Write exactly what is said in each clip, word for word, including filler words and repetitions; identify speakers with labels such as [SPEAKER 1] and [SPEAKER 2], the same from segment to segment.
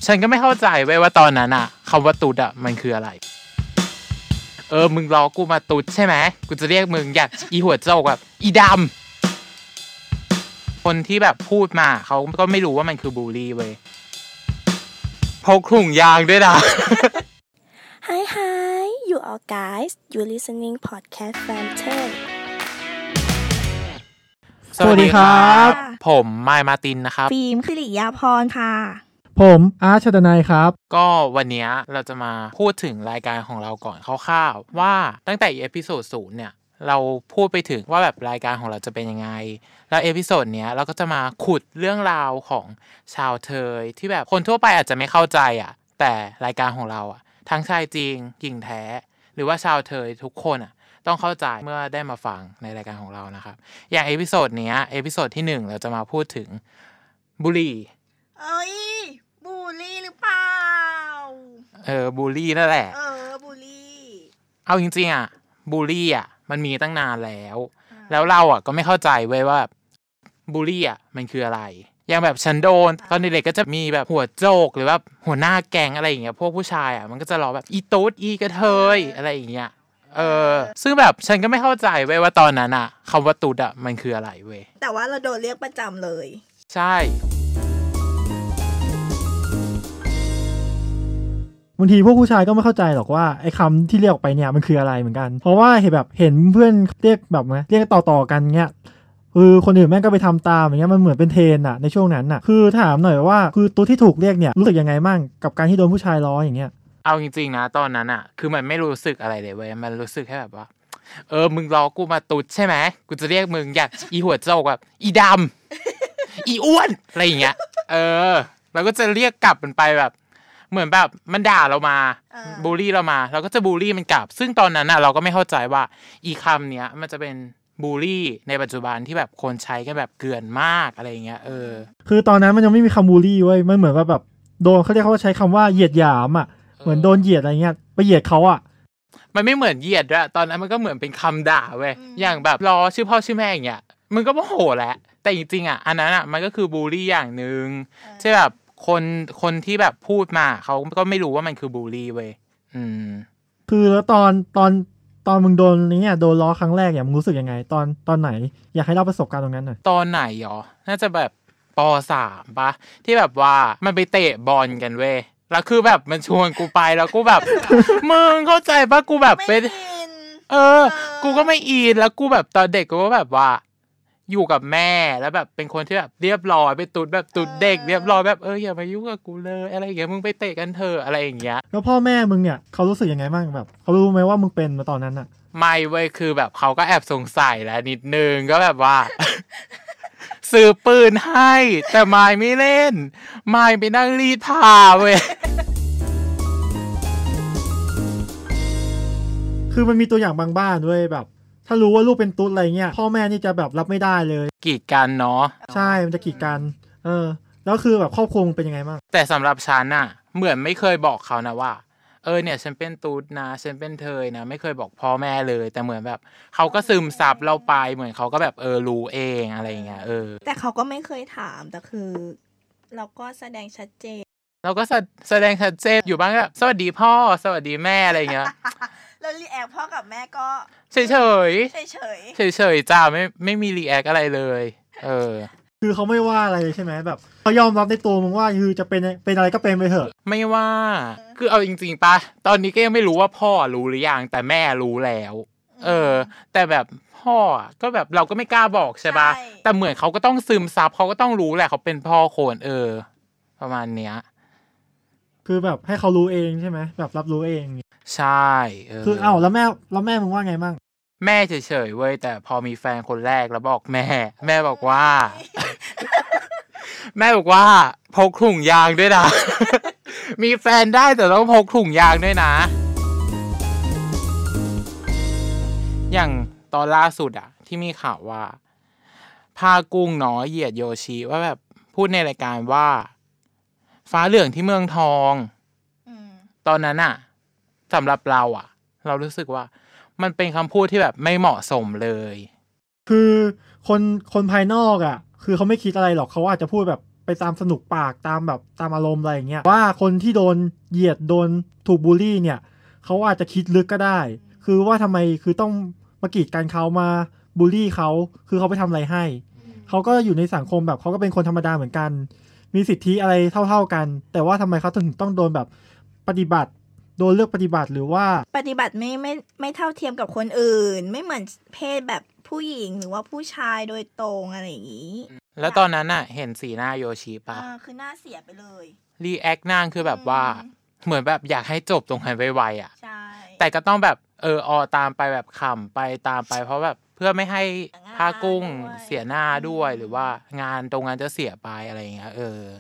[SPEAKER 1] ฉันก็ไม่เข้าใจเว้ยว่าตอนนั้นอ่ะคำว่าตุ๊ดอ่ะมันคืออะไรเออมึงรอกูมาตุ๊ดใช่ไหมกูจะเรียกมึงอยากอีหัวโจกแบบอีดำคนที่แบบพูดมาเขาก็ไม่รู้ว่ามันคือบูลลี่เว้ยพกถุงยางด้วยนะ
[SPEAKER 2] Hi hi you all guys you listening podcast fan ten
[SPEAKER 1] สวัสดีครับผมไมค์มาตินนะครับ
[SPEAKER 2] ฟิล์มสิริยาพรค่ะ
[SPEAKER 3] ผมอาร์ชดนัยครับ
[SPEAKER 1] ก็วันนี้เราจะมาพูดถึงรายการของเราก่อนคร่าวๆว่าตั้งแต่เอพิโซดศูนย์เนี่ยเราพูดไปถึงว่าแบบรายการของเราจะเป็นยังไงแล้วเอพิโซดเนี้ยเราก็จะมาขุดเรื่องราวของชาวเทยที่แบบคนทั่วไปอาจจะไม่เข้าใจอ่ะแต่รายการของเราอ่ะทั้งชายจริงหญิงแท้หรือว่าชาวเทยทุกคนอ่ะต้องเข้าใจเมื่อได้มาฟังในรายการของเรานะครับอย่างเอพิโซดเนี้ยเอพิโซดที่หนึ่งเราจะมาพูดถึงบุหรี่
[SPEAKER 2] เอ้ยบูลลี่หรือเปล่า
[SPEAKER 1] เออบูลลี่นั่นแหละ
[SPEAKER 2] เออบูลลี่
[SPEAKER 1] เอาจริงๆอ่ะบูลลี่อ่ะมันมีตั้งนานแล้วแล้วเราอ่ะก็ไม่เข้าใจเว้ยว่าบูลลี่อ่ะมันคืออะไรอย่างแบบฉันโดนตอนเด็กๆก็จะมีแบบหัวโจกหรือว่าหัวหน้าแก๊งอะไรอย่างเงี้ยพวกผู้ชายอ่ะมันก็จะล้อแบบอีตุ๊ดอีกระเทยอะไรอย่างเงี้ยเออซึ่งแบบฉันก็ไม่เข้าใจเว้ยว่าตอนนั้นอ่ะคำว่าตุ๊ดอ่ะมันคืออะไรเว้ย
[SPEAKER 2] แต่ว่าเราโดนเรียกประจำเลย
[SPEAKER 1] ใช่
[SPEAKER 3] บางทีพวกผู้ชายก็ไม่เข้าใจหรอกว่าไอ้คำที่เรียกออกไปเนี่ยมันคืออะไรเหมือนกันเพราะว่าเห็นแบบเห็นเพื่อนเรียกแบบไงเรียกต่อๆกันเงี้ยคือคนอื่นแม่งก็ไปทำตามอย่างเงี้ยมันเหมือนเป็นเทรนด์อะในช่วงนั้นอะคือถามหน่อยว่าคือตัวที่ถูกเรียกเนี่ยรู้สึกยังไงบ้างกับการที่โดนผู้ชายล้ออย่างเงี้ย
[SPEAKER 1] เอาจริงๆนะตอนนั้นอะคือมันไม่รู้สึกอะไรเลยเว้ยมันรู้สึกแค่แบบว่าเออมึงรอกูมาตุ๊ดใช่ไหมกูจะเรียกมึงอยากอีหัวโจกแบบอีดำอีอ้วนอะไรอย่างเงี้ยเออแล้วก็จะเรียกกลับมันไปแบบเหมือนแบบมันด่าเรามาบูลลี่เรามาเราก็จะบูลลี่มันกลับซึ่งตอนนั้นน่ะเราก็ไม่เข้าใจว่าอีคำเนี้ยมันจะเป็นบูลลี่ในปัจจุบันที่แบบคนใช้กันแบบเกลื่อนมากอะไรอย่างเงี้ยเออ
[SPEAKER 3] คือตอนนั้นมันยังไม่มีคำบูลลี่เว้ยมันเหมือนว่าแบบโดนเขาเรียกเขาว่าใช้คำว่าเหยียดหยามอ่ะเหมือนโดนเหยียดอะไรเงี้ยไปเหยียดเขาอ่ะ
[SPEAKER 1] มันไม่เหมือนเหยียดด้วยตอนนั้นมันก็เหมือนเป็นคำด่าเว้ยอย่างแบบล้อชื่อพ่อชื่อแม่อย่างเงี้ยมันก็โมโหแหละแต่จริงๆอ่ะอันนั้นอ่ะมันก็คือบูลลี่อย่างนึงใช่แบบคนคนที่แบบพูดมาเขาก็ไม่รู้ว่ามันคือบูลลี่เว้ยอืม
[SPEAKER 3] คือแล้วตอนตอนตอนมึงโดนนี้เนี่ยโดนล้อครั้งแรกเนี่ยมึงรู้สึกยังไงตอนตอนไหนอยากให้เล่าประสบการณ์ตรงนั้นหน่อย
[SPEAKER 1] ตอนไหนหรอน่าจะแบบป.สาม ปะที่แบบว่ามันไปเตะบอลกันเว้ยแล้วคือแบบมันชวนกูไปแล้วกูแบบ มึงเข้าใจปะกูแบบเป็นเออกูก็ไม่อินแล้วกูแบบตอนเด็กกูก็แบบว่าอยู่กับแม่แล้วแบบเป็นคนที่แบบเรียบร้อยไปตุ๊ดแบบตุ๊ดเด็กเรียบร้อยแบบเอออย่ามายุ่งกับกูเลยอะไรอย่างเงี้ยมึงไปเตะกันเถอะอะไรอย่างเงี้ย
[SPEAKER 3] แล้วพ่อแม่มึงเนี่ยเขารู้สึกยังไงบ้างแบบเขารู้ไหมว่ามึงเป็นมาตอนนั้นอะ
[SPEAKER 1] ไม่เว้ยคือแบบเขาก็แอบสงสัยแล้วนิดนึงก็แบบว่า ซื้อปืนให้แต่ไม้ไม่เล่นไม้ไปนั่งรีดผ้าเว้ย
[SPEAKER 3] คือมันมีตัวอย่างบางบ้านด้วยแบบถ้ารู้ว่าลูกเป็นตุ๊ดอะไรเงี้ยพ่อแม่นี่จะแบบรับไม่ได้เลย
[SPEAKER 1] กีดกันเนาะ
[SPEAKER 3] ใช่มันจะกีดกันเออแล้วคือแบบครอบครัวเป็นยังไงบ้าง
[SPEAKER 1] แต่สำหรับฉันน่ะเหมือนไม่เคยบอกเขานะว่าเออเนี่ยฉันเป็นตุ๊ดนะฉันเป็นเทยนะไม่เคยบอกพ่อแม่เลยแต่เหมือนแบบเขาก็ซึมซับเราไปเหมือนเขาก็แบบเออรู้เองอะไรอย่างเงี้ยเออ
[SPEAKER 2] แต่เขาก็ไม่เคยถามแต่คือเราก็แสดงชัดเจน
[SPEAKER 1] เราก็แสดงชัดเจนอยู่บ้างแบบสวัสดีพ่อสวัสดีแม่อะไรอย่างเงี้ย
[SPEAKER 2] แล้วรีแอคพ่อกับแม่ก็
[SPEAKER 1] เฉยเฉย
[SPEAKER 2] เฉยเฉย
[SPEAKER 1] เฉยเฉยจ้าไม่ไม่มีรีแอคอะไรเลยเออ
[SPEAKER 3] คือเขาไม่ว่าอะไรใช่ไหมแบบเขายอมรับในตัวมึงว่าคือจะเป็นเป็นอะไรก็เป็นไปเถอะ
[SPEAKER 1] ไม่ว่าคือเอาจริงๆปะตอนนี้ก็ยังไม่รู้ว่าพ่อรู้หรือยังแต่แม่รู้แล้วเออแต่แบบพ่อก็แบบเราก็ไม่กล้าบอกใช่ปะแต่เหมือนเขาก็ต้องซึมซับเขาก็ต้องรู้แหละเขาเป็นพ่อคนเออประมาณเนี้ย
[SPEAKER 3] คือแบบให้เขารู้เองใช่ไหมแบบรับรู้เอง
[SPEAKER 1] ใช่เออ
[SPEAKER 3] คือเอ้าแล้วแม่แล้วแม่มึงว่าไงบ้าง
[SPEAKER 1] แม่เฉยๆเว้ยแต่พอมีแฟนคนแรกแล้วบอกแม่แม่บอกว่า แม่บอกว่าพกถุงยางด้วยนะ มีแฟนได้แต่ต้องพกถุงยางด้วยนะอย่างตอนล่าสุดอะที่มีข่าวว่าพากุ้งเนาะเหยียดโยชิว่าแบบพูดในรายการว่าฟ้าเหลืองที่เมืองทองตอนนั้นอะสำหรับเราอะเรารู้สึกว่ามันเป็นคำพูดที่แบบไม่เหมาะสมเลย
[SPEAKER 3] คือคนคนภายนอกอ่ะคือเขาไม่คิดอะไรหรอกเขาอาจจะพูดแบบไปตามสนุกปากตามแบบตามอารมณ์อะไรอย่างเงี้ยว่าคนที่โดนเหยียดโดนถูกบูลลี่เนี่ยเขาอาจจะคิดลึกก็ได้คือว่าทำไมคือต้องมากีดกันเขามาบูลลี่เขาคือเขาไปทำอะไรให้เขาก็อยู่ในสังคมแบบเขาก็เป็นคนธรรมดาเหมือนกันมีสิทธิอะไรเท่าๆกันแต่ว่าทำไมเขาถึงต้องโดนแบบปฏิบัติโดนเลือกปฏิบัติหรือว่า
[SPEAKER 2] ปฏิบัติไม่ไม่ไม่เท่าเทียมกับคนอื่นไม่เหมือนเพศแบบผู้หญิงหรือว่าผู้ชายโดยตรงอะไรอย่างนี้
[SPEAKER 1] แล้วตอนนั้นน่ะเห็นสีหน้าโยชิปะ
[SPEAKER 2] อ่าคือหน้าเสียไปเลย
[SPEAKER 1] รีแอคนางคือแบบว่าเหมือนแบบอยากให้จบตรงนั้นไวๆอ่ะ
[SPEAKER 2] ใช่
[SPEAKER 1] แต่ก็ต้องแบบเออออตามไปแบบขำไปตามไปเพราะแบบเพื่อไม่ให้ผ้ากุ้งเสียหน้าด้วยหรือว่างานตรงนั้นจะเสียไปอะไรอย่างเงี้ยเออ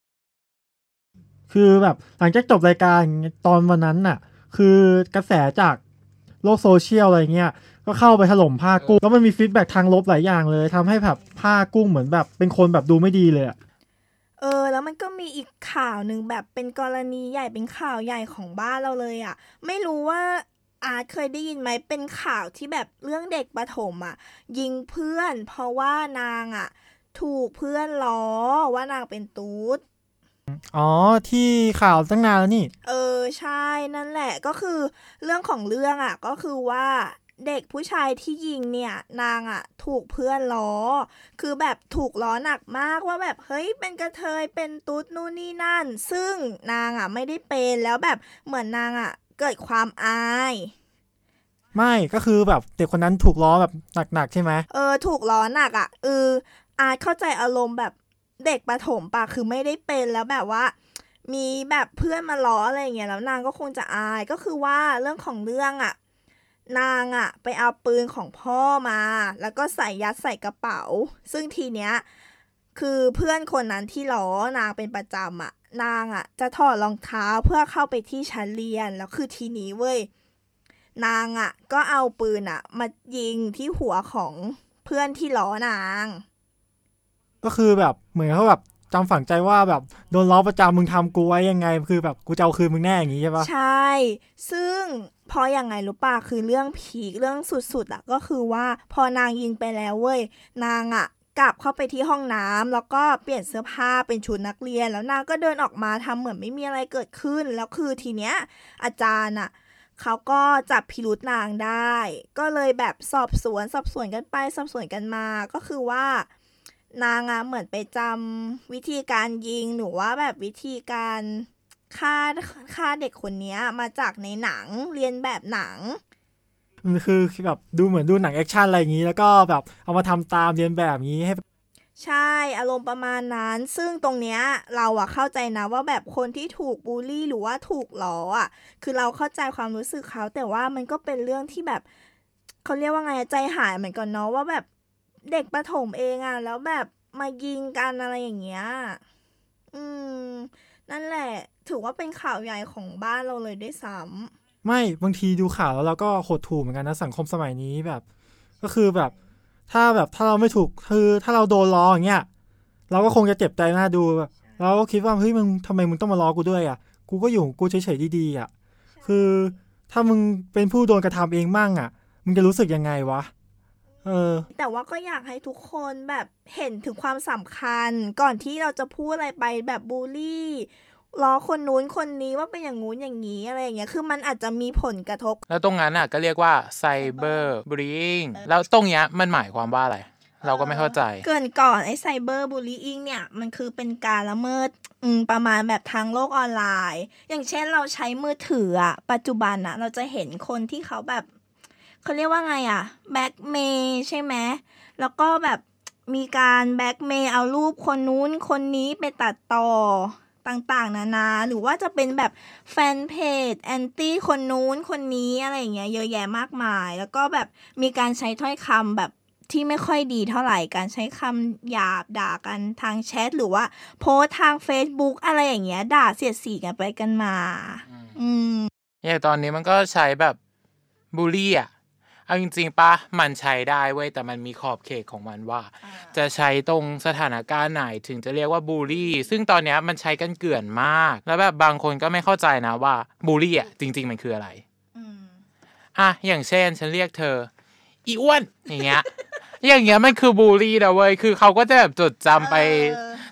[SPEAKER 3] คือแบบหลังจากจบรายการตอนวันนั้นน่ะคือกระแสจากโลกโซเชียลอะไรเงี้ยก็เข้าไปถล่มผ้ากุ้งแล้วมันมีฟีดแบ็กทางลบหลายอย่างเลยทำให้แบบผ้ากุ้งเหมือนแบบเป็นคนแบบดูไม่ดีเลยอะ
[SPEAKER 2] เออแล้วมันก็มีอีกข่าวหนึ่งแบบเป็นกรณีใหญ่เป็นข่าวใหญ่ของบ้านเราเลยอ่ะไม่รู้ว่าอาร์ตเคยได้ยินไหมเป็นข่าวที่แบบเรื่องเด็กประถมอ่ะยิงเพื่อนเพราะว่านางอ่ะถูกเพื่อนล้อว่านางเป็นตูด
[SPEAKER 3] อ๋อที่ข่าวตั้งนานแล้วนี่
[SPEAKER 2] เออใช่นั่นแหละก็คือเรื่องของเรื่องอ่ะก็คือว่าเด็กผู้ชายที่ยิงเนี่ยนางอ่ะถูกเพื่อนล้อคือแบบถูกล้อหนักมากว่าแบบเฮ้ยเป็นกระเทยเป็นตุ๊ดนู่นนี่นั่นซึ่งนางอ่ะไม่ได้เป็นแล้วแบบเหมือนนางอ่ะเกิดความอาย
[SPEAKER 3] ไม่ก็คือแบบเด็กคนนั้นถูกล้อแบบหนักๆใช่ไหม
[SPEAKER 2] เออถูกล้อหนักอ่ะเอออาจเข้าใจอารมณ์แบบเด็กประถมปะคือไม่ได้เป็นแล้วแบบว่ามีแบบเพื่อนมาล้ออะไรอย่างเงี้ยแล้วนางก็คงจะอายก็คือว่าเรื่องของเรื่องอ่ะนางอ่ะไปเอาปืนของพ่อมาแล้วก็ใส่ยัดใส่กระเป๋าซึ่งทีเนี้ยคือเพื่อนคนนั้นที่ล้อนางเป็นประจำอ่ะนางอ่ะจะถอดรองเท้าเพื่อเข้าไปที่ชั้นเรียนแล้วคือทีนี้เว้ยนางอ่ะก็เอาปืนอ่ะมายิงที่หัวของเพื่อนที่ล้อนาง
[SPEAKER 3] ก็คือแบบเหมือนเขาแบบจำฝังใจว่าแบบโดนล้อประจำมึงทำกูไว้ยังไงคือแบบกูจะเอาคืนมึงแน่อย่างงี้ใช่ปะ
[SPEAKER 2] ใช่ซึ่งพออย่างไงรู้ป่ะคือเรื่องพีคเรื่องสุดๆอ่ะก็คือว่าพอนางยิงไปแล้วเว้ยนางอ่ะกลับเข้าไปที่ห้องน้ำแล้วก็เปลี่ยนเสื้อผ้าเป็นชุดนักเรียนแล้วนางก็เดินออกมาทำเหมือนไม่มีอะไรเกิดขึ้นแล้วคือทีเนี้ยอาจารย์อ่ะเขาก็จับพิรุธนางได้ก็เลยแบบสอบสวนสอบสวนกันไปสอบสวนกันมาก็คือว่านางอะเหมือนไปจำวิธีการยิงหรือว่าแบบวิธีการฆ่าฆ่าเด็กคนนี้มาจากในหนังเรียนแบบหนัง
[SPEAKER 3] มันคือแบบดูเหมือนดูหนังแอคชั่นอะไรอย่างนี้แล้วก็แบบเอามาทำตามเรียนแบบนี้ให้
[SPEAKER 2] ใช่อารมณ์ประมาณนั้นซึ่งตรงเนี้ยเราอะเข้าใจนะว่าแบบคนที่ถูกบูลลี่หรือว่าถูกล้ออะคือเราเข้าใจความรู้สึกเขาแต่ว่ามันก็เป็นเรื่องที่แบบเขาเรียกว่าไงใจหายเหมือนกันเนาะว่าแบบเด็กประถมเองอะแล้วแบบมายิงกันอะไรอย่างเงี้ยอืมนั่นแหละถือว่าเป็นข่าวใหญ่ของบ้านเราเลยด้วยซ้
[SPEAKER 3] ำไม่บางทีดูข่าวแล้วเราก็หดหู่เหมือนกันนะสังคมสมัยนี้แบบก็คือแบบถ้าแบบถ้าเราไม่ถูกคือถ้าเราโดนล้ออย่างเงี้ยเราก็คงจะเจ็บใจน่าดูแบบเราก็คิดว่าเฮ้ยมึงทำไมมึงต้องมาล้อกูด้วยอ่ะกูก็อยู่กูเฉยๆดีๆอ่ะคือถ้ามึงเป็นผู้โดนกระทำเองมั่งอ่ะมึงจะรู้สึกยังไงวะเออ
[SPEAKER 2] แต่ว่าก็อยากให้ทุกคนแบบเห็นถึงความสำคัญก่อนที่เราจะพูดอะไรไปแบบบูลลี่ล้อคนนู้นคนนี้ว่าเป็นอย่างงู้นอย่างนี้อะไรอย่างเงี้ยคือมันอาจจะมีผลกระทบ
[SPEAKER 1] แล้วตรงนั้นน่ะก็เรียกว่าไซเบอร์บูลลี่แล้วตรงเนี้ยมันหมายความว่าอะไรเราก็ไม่เข้าใจ
[SPEAKER 2] เกินก่อนไอ้ไซเบอร์บูลลี่เนี่ยมันคือเป็นการละเมิดอืมประมาณแบบทางโลกออนไลน์อย่างเช่นเราใช้มือถืออะปัจจุบันอะเราจะเห็นคนที่เขาแบบเขาเรียกว่าไงอะแบล็กเมย์ใช่ไหมแล้วก็แบบมีการแบล็กเมย์เอารูปคนนู้นคนนี้ไปตัดต่อต่างๆนานาหรือว่าจะเป็นแบบแฟนเพจแอนตี้คนนู้นคนนี้อะไรอย่างเงี้ยเยอะแยะมากมายแล้วก็แบบมีการใช้ถ้อยคำแบบที่ไม่ค่อยดีเท่าไหร่การใช้คำหยาบด่ากันทางแชทหรือว่าโพสทาง Facebook อะไรอย่างเงี้ยด่าเสียดสีกันไปกันมาอืม
[SPEAKER 1] อย่างตอนนี้มันก็ใช้แบบบูลลี่อ่ะเอาจริงๆปะมันใช้ได้เว้ยแต่มันมีขอบเขตของมันว่าจะใช้ตรงสถานการณ์ไหนถึงจะเรียกว่าบูลลี่ซึ่งตอนนี้มันใช้กันเกลื่อนมากแล้วแบบบางคนก็ไม่เข้าใจนะว่าบูลลี่อ่ะจริงๆมันคืออะไรอ่ะอย่างเช่นฉันเรียกเธออีอ้วนอย่างเงี้ยอย่างเงี้ยมันคือบูลลี่นะเว้ยคือเขาก็จะแบบจดจำไป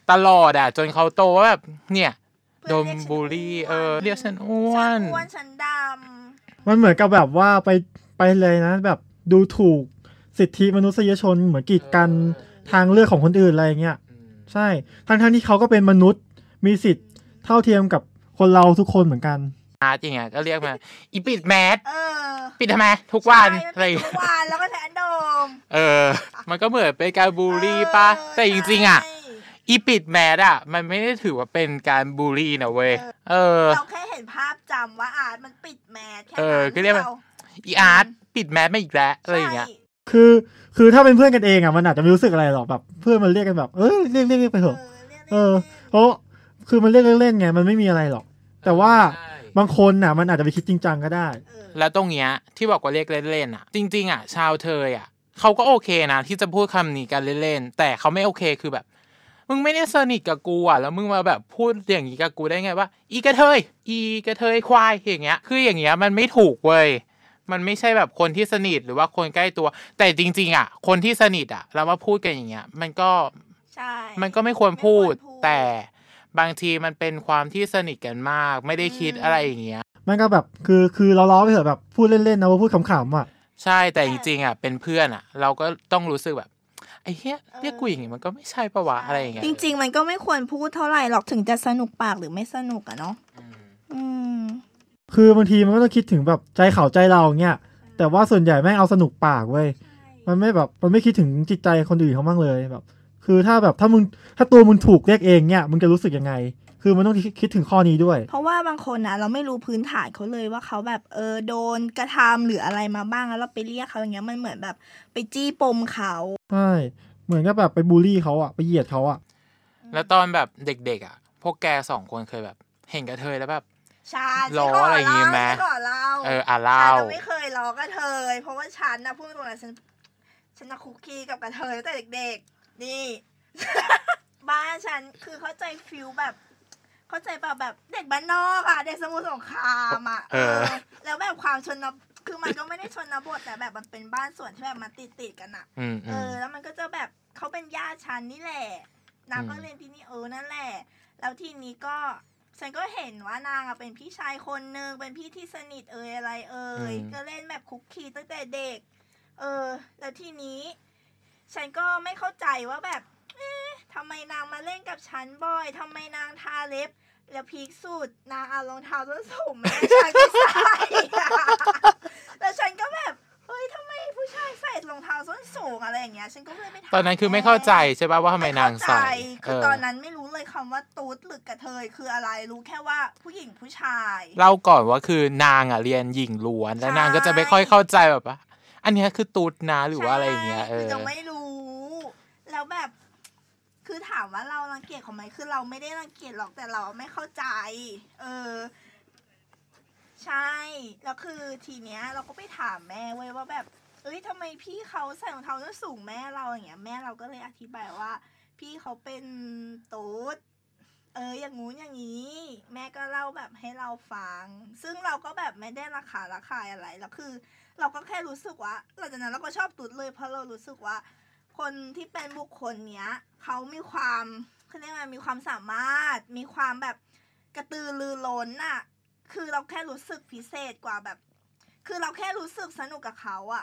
[SPEAKER 1] ตลอดอ่ะจนเขาโตว่าแบบเนี่ยโดนบูลลี่เออเรียกฉันอ้ว
[SPEAKER 2] ฉั
[SPEAKER 1] น
[SPEAKER 2] นอ้วนฉันดำ
[SPEAKER 3] มันเหมือนกับแบบว่าไปไปเลยนะแบบดูถูกสิทธิมนุษยชนเหมือนกีดกันทางเลือกของคนอื่นอะไรเงี้ยใช่ทั้งทั้งที่เขาก็เป็นมนุษย์มีสิทธิ์เท่าเทียมกับคนเราทุกคนเหมือนกัน
[SPEAKER 1] อาร์ตอย่างเงี้ยก็เรียกมาอีปิดแมสปิดทำไมทุกวันอะไร
[SPEAKER 2] ทุกวันแล้วก็แทนโดม
[SPEAKER 1] เออมันก็เหมือนเป็นการบูลลี่ป่ะแต่จริงๆอ่ะอีปิดแมสอ่ะมันไม่ได้ถือว่าเป็นการบูลลี่นะเว้ยเออ
[SPEAKER 2] เราแค่เห็นภาพจำว่าอาร์ตมันปิดแมสแค่
[SPEAKER 1] เออก็เรียกว่าอีอาร์ตปิดแมสมาอีกแล้วอะไรอย่างเงี้ย
[SPEAKER 3] คือคือถ้าเป็นเพื่อนกันเองอ่ะมันอาจจะไม่รู้สึกอะไรหรอกแบบเพื่อนมันเรียกกันแบบเออเรียกเรียกไปเถอะเออเพราะคือมันเรียกเล่นๆไงมันไม่มีอะไรหรอกแต่ว่าบางคนน่ะมันอาจจะไปคิดจริงจังก็ได้
[SPEAKER 1] แล้วตรงเนี้ยที่บอกว่าเรียกเล่นๆอ่ะจริงๆอ่ะชาวเทยอ่ะเขาก็โอเคนะที่จะพูดคำนี้กันเล่นๆแต่เขาไม่โอเคคือแบบมึงไม่ได้สนิทกับกูอ่ะแล้วมึงมาแบบพูดอย่างนี้กับกูได้ไงว่าอีกระเทยอีกระเทยควายอย่างเงี้ยคืออย่างเงี้ยมันไม่ถูกเว้ยมันไม่ใช่แบบคนที่สนิทหรือว่าคนใกล้ตัวแต่จริงๆอ่ะคนที่สนิทอ่ะแล้วมาพูดกันอย่างเงี้ยมันก็
[SPEAKER 2] ใช่
[SPEAKER 1] มันก็ไม่ควรพูดแต่บางทีมันเป็นความที่สนิทกันมากไม่ได้คิดอะไรอย่างเงี้ย
[SPEAKER 3] มันก็แบบคือคือเราล้อไปเถอะแบบพูดเล่นๆนะว่าพูดขำๆอ่ะ
[SPEAKER 1] ใช่แต่จริงๆอ่ะเป็นเพื่อนอ่ะเราก็ต้องรู้สึกแบบไอ้เหี้ยเรียกกูอย่างงี้มันก็ไม่ใช่ปะวะอะไรอย่างเงี้ย
[SPEAKER 2] จริงๆมันก็ไม่ควรพูดเท่าไหร่หรอกถึงจะสนุกปากหรือไม่สนุกอะเนาะอืม
[SPEAKER 3] คือบางทีมันก็ต้องคิดถึงแบบใจเขาใจเราเงี้ยแต่ว่าส่วนใหญ่แม่งเอาสนุกปากเว้ยมันไม่แบบมันไม่คิดถึงจิตใจคนอื่นเขาบ้างเลยแบบคือถ้าแบบถ้ามึงถ้าตัวมึงถูกเรียกเองเนี่ยมึงจะรู้สึกยังไงคือมันต้องคิดถึงข้อนี้ด้วย
[SPEAKER 2] เพราะว่าบางคนนะเราไม่รู้พื้นฐานเขาเลยว่าเขาแบบเออโดนกระทำหรืออะไรมาบ้างแล้วเราไปเรียกเขาอย่างเงี้ยมันเหมือนแบบไปจี้ปมเขา
[SPEAKER 3] ใช่เหมือนกับแบบไปบูลลี่เขาอะไปเหยียดเขาอะ
[SPEAKER 1] แล้วตอนแบบเด็กๆอะพวกแกสองคนเคยแบบเห็นกระเทยแล้วแบบ
[SPEAKER 2] ล้อ
[SPEAKER 1] อะไรอย่างงี้ไหมเอออ่ะเล่า
[SPEAKER 2] ฉันไม่เคยล้อกระเทยเพราะว่าฉันนะพูดตรงๆฉันฉันน่ะคุกคีกับกระเทยตั้งแต่เด็กๆนี่ บ้านฉันคือเข้าใจฟิลแบบเข้าใจแบบแบบเด็กบ้านนอกอ่ะเด็กสมุทรสงครามอ่ะเออแล้วแบบความชนคือมันก็ไม่ได้ชนบทแต่แบบมันเป็นบ้านสวนที่แบบมาติดติดกันอ่ะเออแล้วมันก็จะแบบเขาเป็นญาติฉันนี่แหละนางก็เรียนที่นี่เออนั่นแหละแล้วทีนี้ก็ฉันก็เห็นว่านางอ่ะเป็นพี่ชายคนนึงเป็นพี่ที่สนิทเอ่ยอะไรเอ่ยก็เล่นแบบคุกคีตั้งแต่เด็กเออแล้วทีนี้ฉันก็ไม่เข้าใจว่าแบบเอ๊ะทำไมนางมาเล่นกับฉันบ่อยทำไมนางทาเล็บแล้วพีคสุดนางเอารองเท้าส้นสูงมาให้ฉันใส่แล้วฉันก็แบบเฮ้ยทำไมผู้ชายใส่รองเท้าส้นสูงอะไรอย่างเงี้ยฉันก็เลยไปถาม
[SPEAKER 1] ตอนนั้นคือไม่เข้าใจใช่ป่ะว่าทำไมนางใส่
[SPEAKER 2] คือตอนนั้นไม่รู้เลยคำว่าตูดหรือกระเทยคืออะไรรู้แค่ว่าผู้หญิงผู้ชาย
[SPEAKER 1] เล่าก่อนว่าคือนางอ่ะเรียนหญิงล้วนแล้วนางก็จะไม่ค่อยเข้าใจแบบว่าอันนี้คือตูดนะหรือว่าอะไรอย่างเงี้ยเออ
[SPEAKER 2] คือจะไม่รู้แล้วแบบคือถามว่าเรารังเกียจเขาไหมคือเราไม่ได้รังเกียจหรอกแต่เราไม่เข้าใจเออใช่แล้วคือทีเนี้ยเราก็ไปถามแม่เว้ยว่าแบบเอ้ยทำไมพี่เขาใส่รองเท้าส้นสูงแม่เราอย่างเงี้ยแม่เราก็เลยอธิบายว่าพี่เขาเป็นตูดเอออย่างงู้นอย่างนี้แม่ก็เล่าแบบให้เราฟังซึ่งเราก็แบบไม่ได้ราคาราคาอะไรแล้วคือเราก็แค่รู้สึกว่าหลังจากนั้นเราก็ชอบตูดเลยเพราะเรารู้สึกว่าคนที่เป็นบุคคลเนี้ยเขามีความเขาเรียกว่ามีความสามารถมีความแบบกระตือรือร้นน่ะคือเราแค่รู้สึกพิเศษกว่าแบบคือเราแค่รู้สึกสนุกกับเขาอะ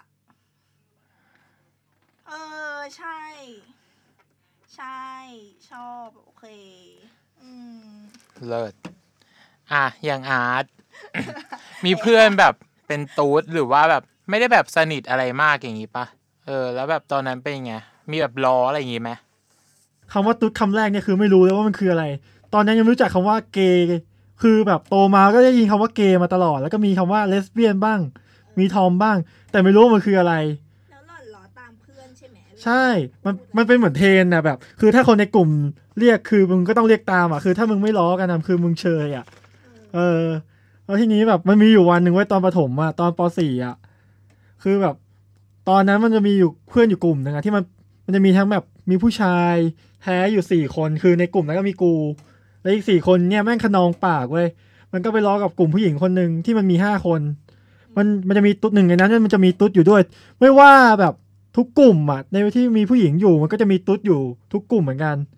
[SPEAKER 2] เออใช่ใช่ชอบโอเคอืม
[SPEAKER 1] เลิศอ่ะอย่างอาร์ต มีเพื่อนแบบเป็นตูดหรือว่าแบบไม่ได้แบบสนิทอะไรมากอย่างงี้ปะเออแล้วแบบตอนนั้นเป็นไงมีแบบล้ออะไรอย่างงี้ไหม
[SPEAKER 3] คำว่าตุ๊ดคำแรกเนี่ยคือไม่รู้เลยว่ามันคืออะไรตอนนั้นยังไม่รู้จักคำว่าเกย์คือแบบโตมาก็ได้ยินคำว่าเกย์มาตลอดแล้วก็มีคำว่าเลสเบี้ยนบ้างมีทอมบ้างแต่ไม่รู้ว่ามันคืออะไร
[SPEAKER 2] แล้วหล่อนล้อตามเพื่อนใช่ไหม
[SPEAKER 3] ใช่มันมันเป็นเหมือนเทรนน่ะแบบคือถ้าคนในกลุ่มเรียกคือมึงก็ต้องเรียกตามอ่ะคือถ้ามึงไม่ล้อกันนะคือมึงเชยอ่ะเออแล้วทีนี้แบบมันมีอยู่วันหนึ่งไว้ตอนประถมอ่ะตอนป.สี่ อ่ะคือแบบตอนนั้นมันจะมีอยู่เพื่อนอยู่กลุ่มนึงอ่ะที่มันมันจะมีทั้งแบบมีผู้ชายแท้อยู่สี่คนคือในกลุ่มนั้นก็มีกูแล้วอีกสี่คนเนี่ยแม่งขนองปากเว้ยมันก็ไปล้อกับกลุ่มผู้หญิงคนนึงที่มันมีห้าคนมันมันจะมีตุ๊ดหนึ่งในนั้นมันจะมีตุ๊ดอยู่ด้วยไม่ว่าแบบทุกกลุ่มอ่ะในที่มีผู้หญิงอยู่มันก็จะมีตุ๊ดอยู่ทุกกลุ่มเหมือนกัน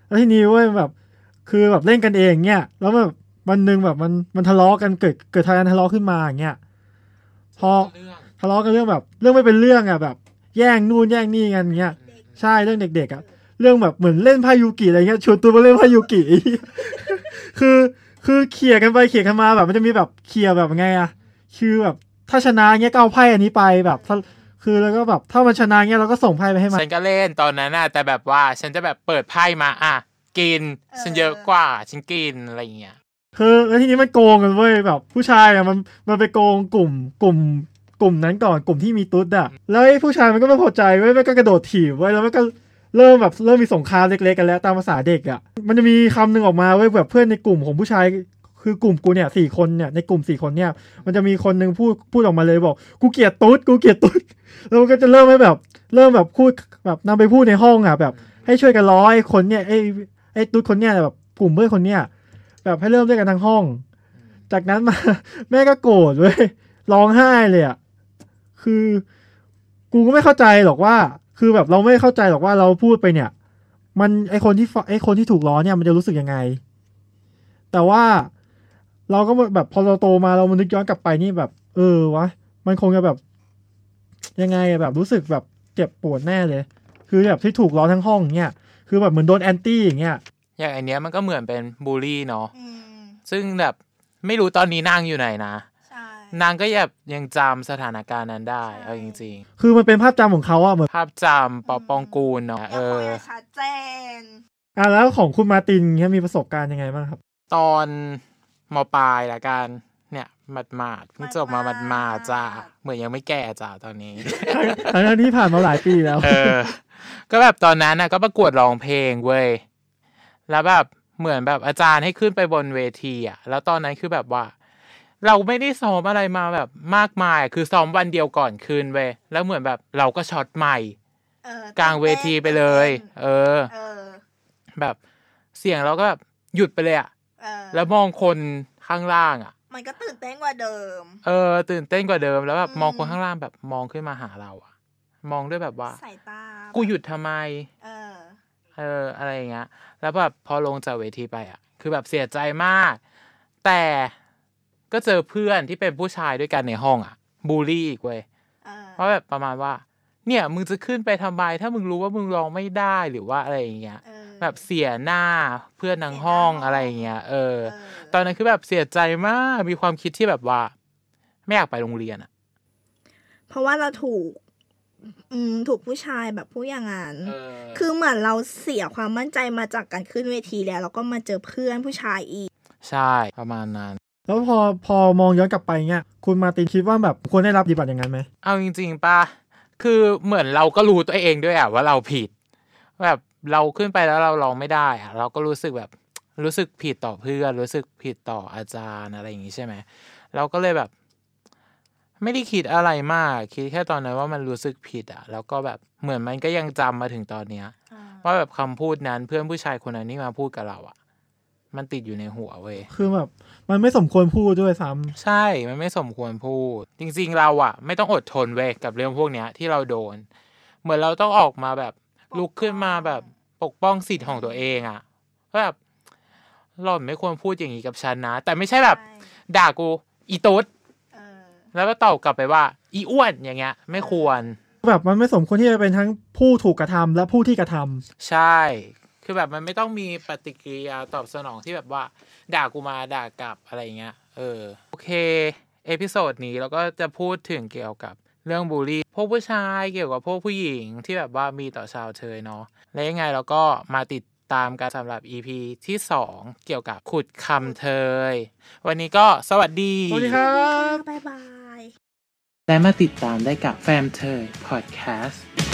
[SPEAKER 3] แล้วทีนี้เว้ยแบบคือแบบเล่นกันเองเงี้ยแล้วแบบวันนึงแบบมันมันทะเลาะกันเกิดเกิดทะเลาะทะเลาะขึ้นมาอย่างเงี้ยพอทะเลาะกันเรื่องแบบเรื่องไม่เป็นเรื่องอ่ะแบบแย่งนู่นแย่งนี่กันเงี้ยใช่เรื่องเด็กๆอ่ะเรื่องแบบเหมือนเล่นไพ่ยูกิอะไรเงี้ยชวนตัวมาเล่นไพ่ยูกิ คือคือเขี่ยกันไปเขี่ยกันมาแบบมันจะมีแบบเขี่ยแบบไงอ่ะคือแบบถ้าชนะเงี้ยก็เอาไพ่อันนี้ไปแบบคือแล้วก็แบบถ้ามันชนะเงี้ยเราก็ส่งไพ่ไปให้มัน
[SPEAKER 1] ฉันก็เล่นตอนนั้นน่ะแต่แบบว่าฉันจะแบบเปิดไพ่มาอ่ะกินฉันเยอะกว่าฉันกินอะไรอย่างเงี้ย
[SPEAKER 3] คือแล้วทีนี้มันโกงกันเว้ยแบบผู้ชายอ่ะมันมันไปโกงกลุ่มกลุ่มกลุ่มนั้นก่อนกลุ่มที่มีตุ๊ดอ่ะแล้วไอ้ผู้ชายมันก็ไม่พอใจเว้ยมันก็กระโดดถีบเว้ยแล้วมันก็เริ่มแบบเริ่มมีสงครามเล็กๆกันแล้วตามภาษาเด็กอ่ะมันจะมีคำหนึ่งออกมาเว้ยแบบเพื่อนในกลุ่มของผู้ชายคือกลุ่มกูเนี่ยสี่คนเนี่ยในกลุ่มสี่คนเนี่ยมันจะมีคนนึงพูดพูดออกมาเลยบอกกูเกลียดตุ๊ดกูเกลียดตุ๊ดแล้วมันก็จะเริ่มให้แบบเริ่มแบบพูดแบบนำไปพูดในห้องอ่ะแบบให้ช่วยกันล้อไอ้คนเนี่ยไอ้ไอ้ตุ๊ดคนเนี่ยแบบกลุ่มเพื่อนคนเนี่ยแบบให้เริ่มด้วยกันทั้งห้องจากนั้นมาแม่ก็โกรธเว้ยร้องไห้เลยอ่ะคือกูก็ไม่เข้าใจหรอกว่าคือแบบเราไม่เข้าใจหรอกว่าเราพูดไปเนี่ยมันไอคนที่ไอคนที่ถูกล้อเนี่ยมันจะรู้สึกยังไงแต่ว่าเราก็แบบพอเราโตมาเรามันนึกย้อนกลับไปนี่แบบเออวะมันคงจะแบบยังไงแบบรู้สึกแบบเจ็บปวดแน่เลยคือแบบที่ถูกล้อทั้งห้องเนี่ยคือแบบเหมือนโดนแอนตี้อย่างเงี้ย
[SPEAKER 1] อย่างอันเนี้ยมันก็เหมือนเป็นบูลลี่เนาะซึ่งแบบไม่รู้ตอนนี้นางอยู่ไหนนะนางก็แบบยังจำสถานการณ์นั้นได้เอาจริง
[SPEAKER 3] ๆคือมันเป็นภาพจำของเขาอะเหมือน
[SPEAKER 1] ภาพจำปอปองกูลเนาะเออ
[SPEAKER 2] ชัดเจน
[SPEAKER 3] อ่ะแล้วของคุณมาตินเนี่ยมีประสบการณ์ยังไงบ้างครับ
[SPEAKER 1] ตอนม.ปลายละกันเนี่ยหมาดหมาดเพิ่งจบมาหมาดหมาดจ้าเหมือนยังไม่แก่จ้าตอนนี้
[SPEAKER 3] ทั้งที่ผ่านมาหลายปีแล้ว
[SPEAKER 1] เออก็แบบตอนนั้นน่ะก็ประกวดร้องเพลงเว้ยแล้วแบบเหมือนแบบอาจารย์ให้ขึ้นไปบนเวทีอ่ะแล้วตอนนั้นคือแบบว่าเราไม่ได้ซ้อมอะไรมาแบบมากมายคือซ้อมวันเดียวก่อนคืนเว้ยแล้วเหมือนแบบเราก็ช็อตใหม่กลางเวทีไปเลยเออแบบเสียงเราก็แบบหยุดไปเลยอ่ะแล้วมองคนข้างล่างอ่ะ
[SPEAKER 2] มันก็ตื่นเต้นกว่าเดิม
[SPEAKER 1] เออตื่นเต้นกว่าเดิมแล้วแบบมองคนข้างล่างแบบมองขึ้นมาหาเราอ่ะมองด้วยแบบว่า
[SPEAKER 2] สายตา
[SPEAKER 1] กูหยุดทำไม
[SPEAKER 2] เออ
[SPEAKER 1] เอออะไรอย่างเงี้ยแล้วแบบพอลงจากเวทีไปอ่ะคือแบบเสียใจมากแต่ก็เจอเพื่อนที่เป็นผู้ชายด้วยกันในห้องอ่ะบูลลี่อีกเว้ยเพราะแบบประมาณว่าเนี่ยมึงจะขึ้นไปทำไมถ้ามึงรู้ว่ามึงร้องไม่ได้หรือว่าอะไรอย่างเงี้ยแบบเสียหน้าเพื่อนทั้งห้องอะไรอย่างเงี้ยเออตอนนั้นคือแบบเสียใจมากมีความคิดที่แบบว่าไม่อยากไปโรงเรียนอ่ะ
[SPEAKER 2] เพราะว่าเราถูกอืมถูกผู้ชายแบบพูดอย่างนั้นคือเหมือนเราเสียความมั่นใจมาจากการขึ้นเวทีแล้วแล้วก็มาเจอเพื่อนผู้ชายอีก
[SPEAKER 1] ใช่ประมาณนั้น
[SPEAKER 3] แล้วพอพอมองย้อนกลับไปเงี้ยคุณมาตินคิดว่าแบบควรได้รับปฏิบัติอย่างนั้นไหม
[SPEAKER 1] เอาจริงๆป่ะคือเหมือนเราก็รู้ตัวเองด้วยอ่ะว่าเราผิดแบบเราขึ้นไปแล้วเราร้องไม่ได้อ่ะเราก็รู้สึกแบบรู้สึกผิดต่อเพื่อนรู้สึกผิดต่ออาจารย์อะไรอย่างงี้ใช่ไหมเราก็เลยแบบไม่ได้คิดอะไรมากคิดแค่ตอนนั้นว่ามันรู้สึกผิดอ่ะแล้วก็แบบเหมือนมันก็ยังจำมาถึงตอนเนี้ยว่าแบบคำพูดนั้นเพื่อนผู้ชายคนนั้นที่มาพูดกับเราอ่ะมันติดอยู่ในหัวเว้ย
[SPEAKER 3] คือแบบมันไม่สมควรพูดด้วยซ้ำ
[SPEAKER 1] ใช่มันไม่สมควรพูดจริงๆเราอ่ะไม่ต้องอดทนเว้ยกับเรื่องพวกเนี้ยที่เราโดนเหมือนเราต้องออกมาแบบลุกขึ้นมาแบบปกป้องสิทธิ์ของตัวเองอ่ะแบบหล่อนไม่ควรพูดอย่างนี้กับฉันนะแต่ไม่ใช่แบบด่ากูอีตุ๊ดแล้วก็ตอบกลับไปว่าอีอ้วนอย่างเงี้ยไม่ควร
[SPEAKER 3] แบบมันไม่สมควรที่จะเป็นทั้งผู้ถูกกระทำและผู้ที่กระท
[SPEAKER 1] ำใช่คือแบบมันไม่ต้องมีปฏิกิริยาตอบสนองที่แบบว่าด่ากูมาด่ากลับอะไรเงี้ยเออโอเคเอพิโซดนี้เราก็จะพูดถึงเกี่ยวกับเรื่องบูลลี่พวกผู้ชายเกี่ยวกับพวกผู้หญิงที่แบบว่ามีต่อชาวเทยเนาะและยังไงเราก็มาติดตามกันสำหรับ อี พี ที่สองเกี่ยวกับขุดคำเทยวันนี้ก็สวัสดี
[SPEAKER 3] สวัสดีครับ
[SPEAKER 2] บ๊ายบาย
[SPEAKER 1] และมาติดตามได้กับแฟมเทยพอดแคสต์